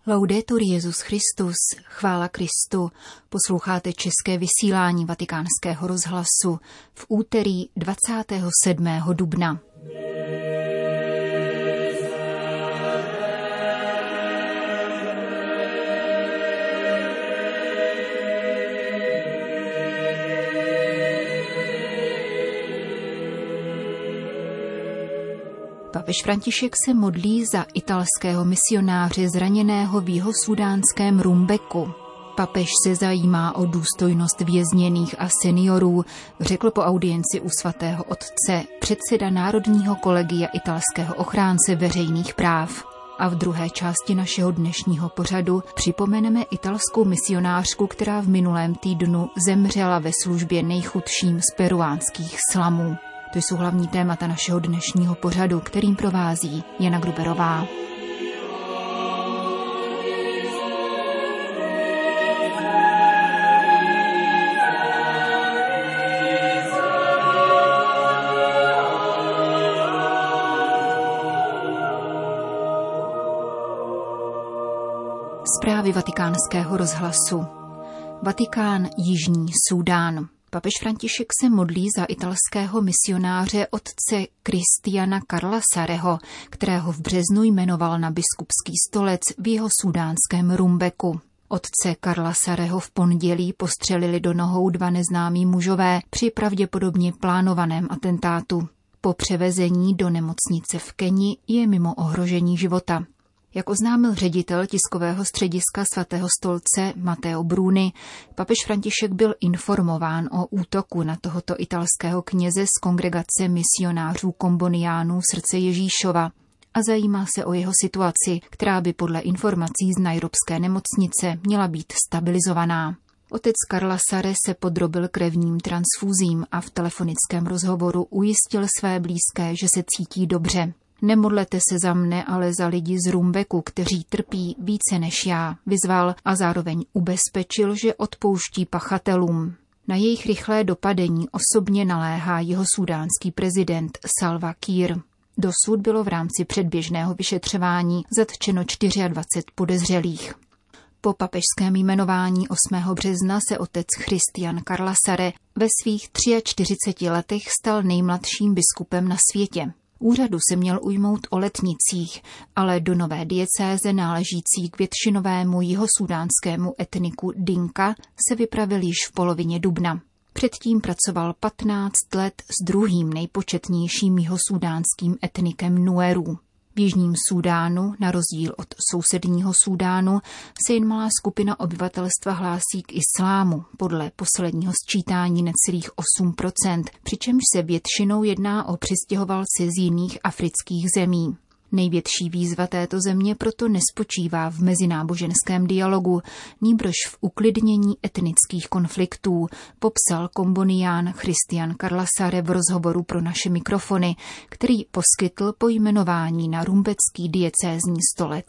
Laudetur Jesus Christus, chvála Kristu. Posloucháte české vysílání Vatikánského rozhlasu v úterý 27. dubna. Papež František se modlí za italského misionáře zraněného v jihosudánském Rumbeku. Papež se zajímá o důstojnost vězněných a seniorů, řekl po audienci u svatého otce předseda Národního kolegia italského ochránce veřejných práv. A v druhé části našeho dnešního pořadu připomeneme italskou misionářku, která v minulém týdnu zemřela ve službě nejchudším z peruánských slamů. To jsou hlavní témata našeho dnešního pořadu, kterým provází Jana Gruberová. Zprávy Vatikánského rozhlasu. Vatikán, Jižní Súdán. Papež František se modlí za italského misionáře otce Cristiana Carla Sareho, kterého v březnu jmenoval na biskupský stolec v jihosudánském Rumbeku. Otce Carla Sareho v pondělí postřelili do nohou dva neznámí mužové při pravděpodobně plánovaném atentátu. Po převezení do nemocnice v Keni je mimo ohrožení života. Jak oznámil ředitel tiskového střediska Svatého stolce Matteo Bruni, papež František byl informován o útoku na tohoto italského kněze z kongregace misionářů komboniánů Srdce Ježíšova a zajímá se o jeho situaci, která by podle informací z nairobské nemocnice měla být stabilizovaná. Otec Carla Sare se podrobil krevním transfúzím a v telefonickém rozhovoru ujistil své blízké, že se cítí dobře. Nemodlete se za mne, ale za lidi z Rumbeku, kteří trpí více než já, vyzval a zároveň ubezpečil, že odpouští pachatelům. Na jejich rychlé dopadení osobně naléhá jihosudánský prezident Salva Kiir. Dosud bylo v rámci předběžného vyšetřování zatčeno 24 podezřelých. Po papežském jmenování 8. března se otec Cristian Carla Sare ve svých 43 letech stal nejmladším biskupem na světě. Úřadu se měl ujmout o Letnicích, ale do nové diecéze náležící k většinovému jihosudánskému etniku Dinka se vypravil již v polovině dubna. Předtím pracoval 15 let s druhým nejpočetnějším jihosudánským etnikem Nuerů. V Jižním Súdánu, na rozdíl od sousedního Súdánu, se jen malá skupina obyvatelstva hlásí k islámu, podle posledního sčítání necelých 8%, přičemž se většinou jedná o přistěhovalce z jiných afrických zemí. Největší výzva této země proto nespočívá v mezináboženském dialogu, nýbrž v uklidnění etnických konfliktů, popsal kombonián Cristian Carla Sare v rozhovoru pro naše mikrofony, který poskytl po jmenování na rumbecký diecézní stolec.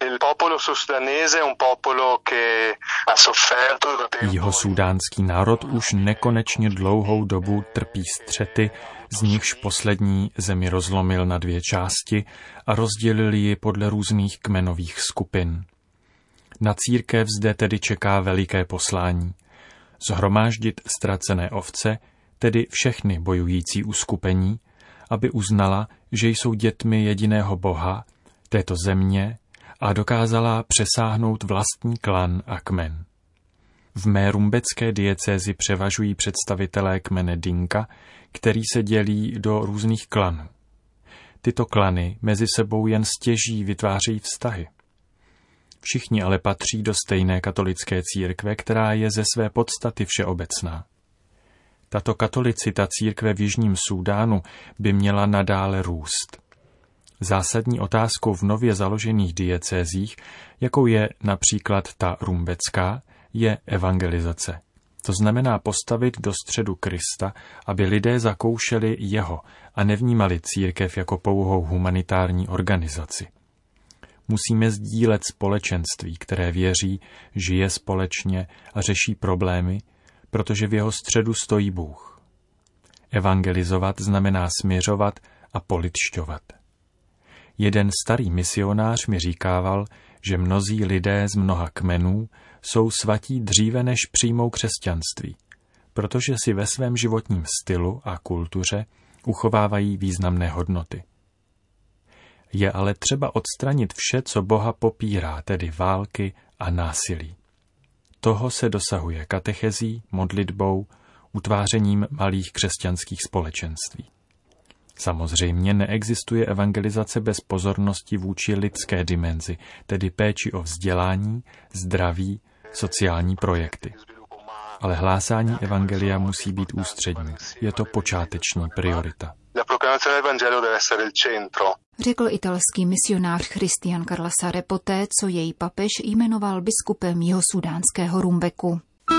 Jihosudánský národ už nekonečně dlouhou dobu trpí střety, z nichž poslední zemi rozlomil na dvě části a rozdělil ji podle různých kmenových skupin. Na církev zde tedy čeká veliké poslání. Shromáždit ztracené ovce, tedy všechny bojující uskupení, aby uznala, že jsou dětmi jediného Boha, této země, a dokázala přesáhnout vlastní klan a kmen. V mé rumbecké diecézi převažují představitelé kmene Dinka, který se dělí do různých klanů. Tyto klany mezi sebou jen stěží vytvářejí vztahy. Všichni ale patří do stejné katolické církve, která je ze své podstaty všeobecná. Tato katolicita církve v Jižním Súdánu by měla nadále růst. Zásadní otázkou v nově založených diecézích, jakou je například ta rumbecká, je evangelizace. To znamená postavit do středu Krista, aby lidé zakoušeli jeho a nevnímali církev jako pouhou humanitární organizaci. Musíme sdílet společenství, které věří, žije společně a řeší problémy, protože v jeho středu stojí Bůh. Evangelizovat znamená směřovat a polidšťovat. Jeden starý misionář mi říkával, že mnozí lidé z mnoha kmenů jsou svatí dříve, než přijmou křesťanství, protože si ve svém životním stylu a kultuře uchovávají významné hodnoty. Je ale třeba odstranit vše, co Boha popírá, tedy války a násilí. Toho se dosahuje katechezí, modlitbou, utvářením malých křesťanských společenství. Samozřejmě neexistuje evangelizace bez pozornosti vůči lidské dimenzi, tedy péči o vzdělání, zdraví, sociální projekty. Ale hlásání evangelia musí být ústřední. Je to počáteční priorita. Řekl italský misionář Cristian Carlasare poté, co jej papež jmenoval biskupem jihosudánského Rumbeku.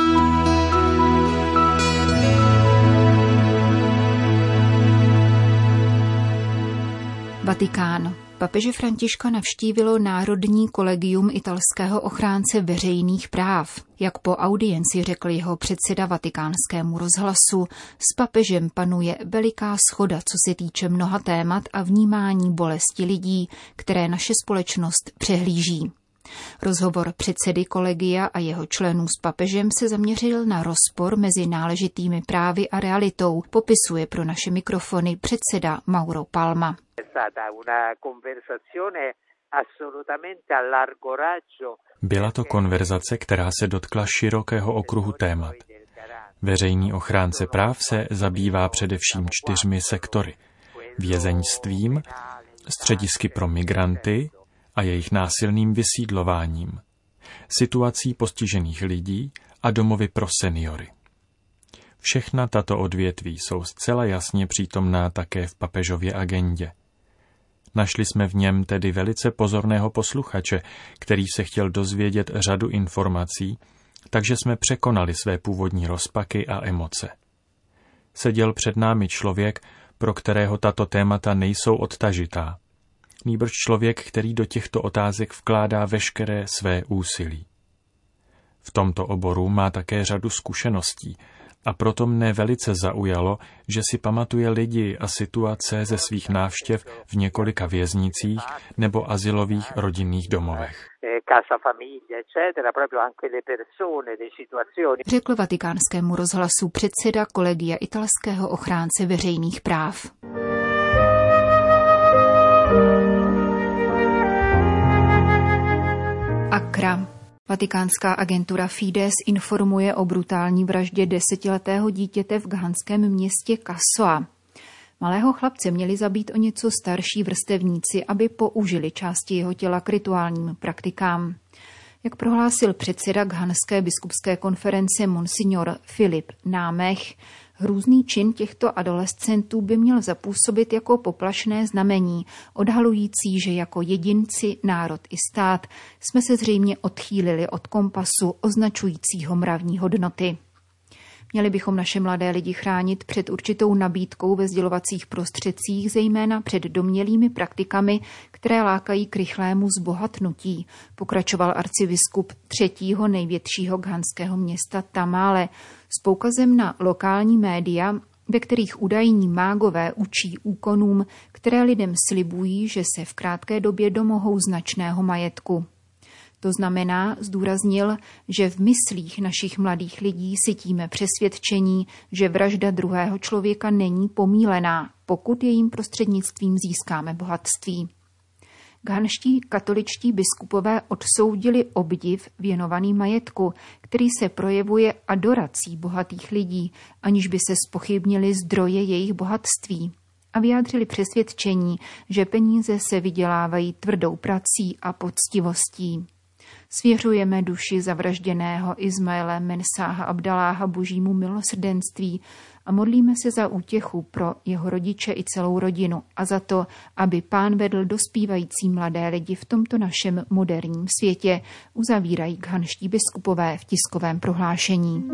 Vatikán. Papeže Františka navštívilo Národní kolegium italského ochránce veřejných práv. Jak po audienci řekl jeho předseda Vatikánskému rozhlasu, s papežem panuje veliká shoda, co se týče mnoha témat a vnímání bolesti lidí, které naše společnost přehlíží. Rozhovor předsedy kolegia a jeho členů s papežem se zaměřil na rozpor mezi náležitými právy a realitou, popisuje pro naše mikrofony předseda Mauro Palma. Byla to konverzace, která se dotkla širokého okruhu témat. Veřejný ochránce práv se zabývá především 4 sektory. Vězeňstvím, středisky pro migranty a jejich násilným vysídlováním, situací postižených lidí a domovy pro seniory. Všechna tato odvětví jsou zcela jasně přítomná také v papežově agendě. Našli jsme v něm tedy velice pozorného posluchače, který se chtěl dozvědět řadu informací, takže jsme překonali své původní rozpaky a emoce. Seděl před námi člověk, pro kterého tato témata nejsou odtažitá. Nýbrž člověk, který do těchto otázek vkládá veškeré své úsilí. V tomto oboru má také řadu zkušeností a proto mne velice zaujalo, že si pamatuje lidi a situace ze svých návštěv v několika věznicích nebo azylových rodinných domovech. Řekl Vatikánskému rozhlasu předseda kolegia italského ochránce veřejných práv. Accra. Vatikánská agentura Fides informuje o brutální vraždě 10letého dítěte v ghanském městě Kasoa. Malého chlapce měli zabít o něco starší vrstevníci, aby použili části jeho těla k rituálním praktikám. Jak prohlásil předseda ghanské biskupské konference monsignor Filip Námech, hrůzný čin těchto adolescentů by měl zapůsobit jako poplašné znamení, odhalující, že jako jedinci, národ i stát jsme se zřejmě odchýlili od kompasu označujícího mravní hodnoty. Měli bychom naše mladé lidi chránit před určitou nabídkou ve sdělovacích prostředcích, zejména před domnělými praktikami, které lákají k rychlému zbohatnutí, pokračoval arcibiskup 3. největšího ghanského města Tamále s poukazem na lokální média, ve kterých údajní mágové učí úkonům, které lidem slibují, že se v krátké době domohou značného majetku. To znamená, zdůraznil, že v myslích našich mladých lidí cítíme přesvědčení, že vražda druhého člověka není pomílená, pokud jejím prostřednictvím získáme bohatství. Ghanští katoličtí biskupové odsoudili obdiv věnovaný majetku, který se projevuje adorací bohatých lidí, aniž by se zpochybnili zdroje jejich bohatství, a vyjádřili přesvědčení, že peníze se vydělávají tvrdou prací a poctivostí. Svěřujeme duši zavražděného Ismaele Mensáha Abdaláha božímu milosrdenství a modlíme se za útěchu pro jeho rodiče i celou rodinu a za to, aby Pán vedl dospívající mladé lidi v tomto našem moderním světě, uzavírají ghanští biskupové v tiskovém prohlášení.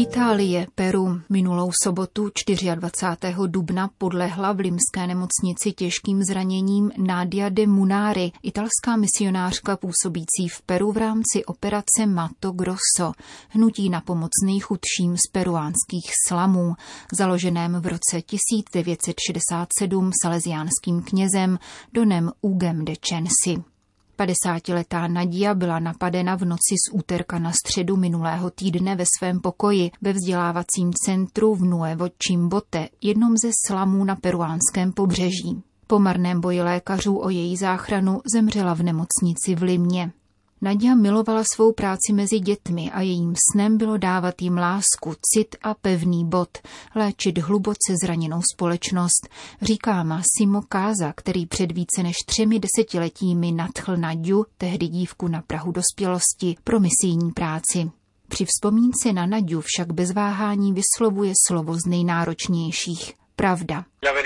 Itálie, Peru. Minulou sobotu 24. dubna podlehla v limské nemocnici těžkým zraněním Nadia de Munari, italská misionářka působící v Peru v rámci operace Mato Grosso, hnutí na pomoc nejchudším z peruánských slamů, založeném v roce 1967 salesiánským knězem Donem Hughem de Censi. 50letá Nadia byla napadena v noci z úterka na středu minulého týdne ve svém pokoji ve vzdělávacím centru v Nuevo Chimbote, jednom ze slamů na peruánském pobřeží. Po marném boji lékařů o její záchranu zemřela v nemocnici v Limě. Nadia milovala svou práci mezi dětmi a jejím snem bylo dávat jim lásku, cit a pevný bod, léčit hluboce zraněnou společnost, říká Massimo Casa, který před více než 3 desetiletími nadchl Nadiu, tehdy dívku na prahu dospělosti, pro misijní práci. Při vzpomínce na Nadiu však bez váhání vyslovuje slovo z nejnáročnějších. Pravda.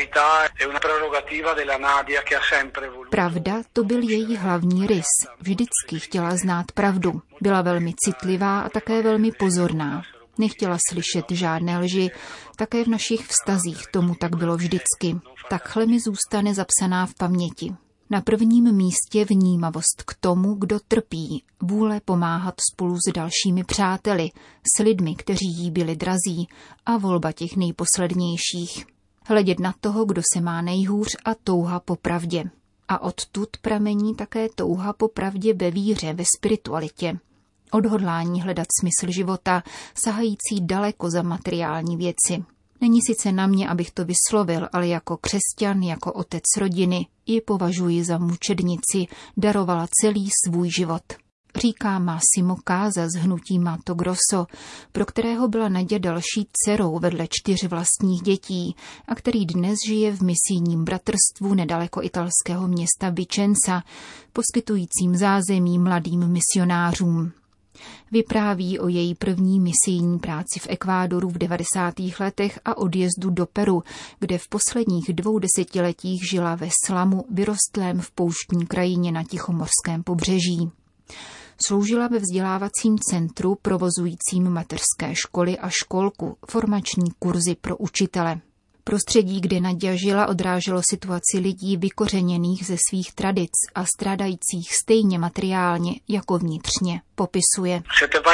Pravda, to byl její hlavní rys. Vždycky chtěla znát pravdu. Byla velmi citlivá a také velmi pozorná. Nechtěla slyšet žádné lži, také v našich vztazích tomu tak bylo vždycky. Takhle mi zůstane zapsaná v paměti. Na prvním místě vnímavost k tomu, kdo trpí, vůle pomáhat spolu s dalšími přáteli, s lidmi, kteří jí byli drazí, a volba těch nejposlednějších. Hledět na toho, kdo se má nejhůř, a touha po pravdě. A odtud pramení také touha po pravdě ve víře, ve spiritualitě. Odhodlání hledat smysl života, sahající daleko za materiální věci. Není sice na mě, abych to vyslovil, ale jako křesťan, jako otec rodiny, ji považuji za mučednici, darovala celý svůj život. Říká Massimo Casa z hnutí Mato Grosso, pro kterého byla Nadia další dcerou vedle 4 vlastních dětí a který dnes žije v misijním bratrstvu nedaleko italského města Vicenza, poskytujícím zázemí mladým misionářům. Vypráví o její první misijní práci v Ekvádoru v 90. letech a odjezdu do Peru, kde v posledních 2 desetiletích žila ve slamu vyrostlém v pouštní krajině na Tichomorském pobřeží. Sloužila ve vzdělávacím centru provozujícím mateřské školy a školku, formační kurzy pro učitele. Prostředí, kde Nadia žila, odráželo situaci lidí vykořeněných ze svých tradic a strádajících stejně materiálně jako vnitřně, popisuje.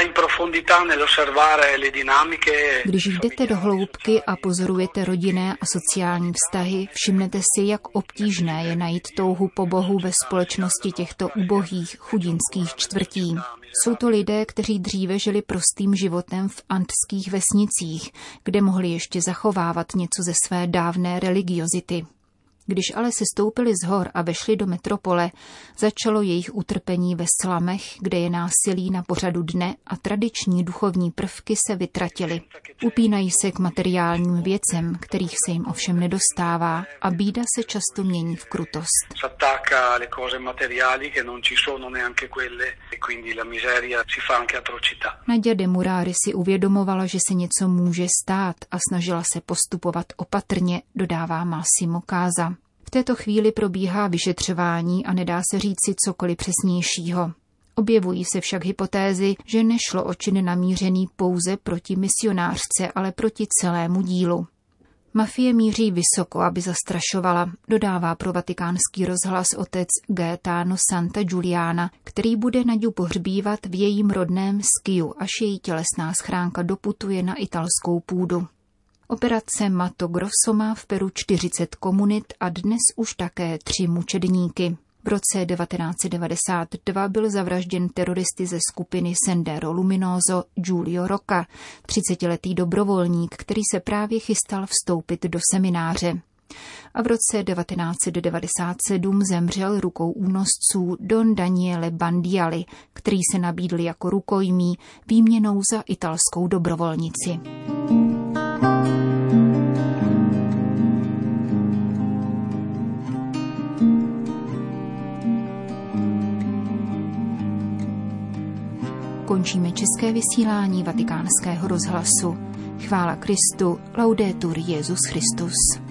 Když jdete do hloubky a pozorujete rodinné a sociální vztahy, všimnete si, jak obtížné je najít touhu po Bohu ve společnosti těchto ubohých chudinských čtvrtí. Jsou to lidé, kteří dříve žili prostým životem v antských vesnicích, kde mohli ještě zachovávat něco ze své dávné religiozity. Když ale se stoupili z hor a vešli do metropole, začalo jejich utrpení ve slamech, kde je násilí na pořadu dne a tradiční duchovní prvky se vytratily. Upínají se k materiálním věcem, kterých se jim ovšem nedostává, a bída se často mění v krutost. Nadia de Munari si uvědomovala, že se něco může stát a snažila se postupovat opatrně, dodává Massimo Casa. V této chvíli probíhá vyšetřování a nedá se říci cokoliv přesnějšího. Objevují se však hypotézy, že nešlo o čin namířený pouze proti misionářce, ale proti celému dílu. Mafie míří vysoko, aby zastrašovala, dodává pro Vatikánský rozhlas otec Gaetano Santa Giuliana, který bude Nadiu pohřbívat v jejím rodném Skiu, až její tělesná schránka doputuje na italskou půdu. Operace Mato Grosso má v Peru 40 komunit a dnes už také 3 mučedníky. V roce 1992 byl zavražděn teroristy ze skupiny Sendero Luminoso Giulio Rocca, 30letý dobrovolník, který se právě chystal vstoupit do semináře. A v roce 1997 zemřel rukou únosců Don Daniele Bandiali, který se nabídl jako rukojmí výměnou za italskou dobrovolnici. Končíme české vysílání Vatikánského rozhlasu. Chvála Kristu, laudetur Jesus Christus.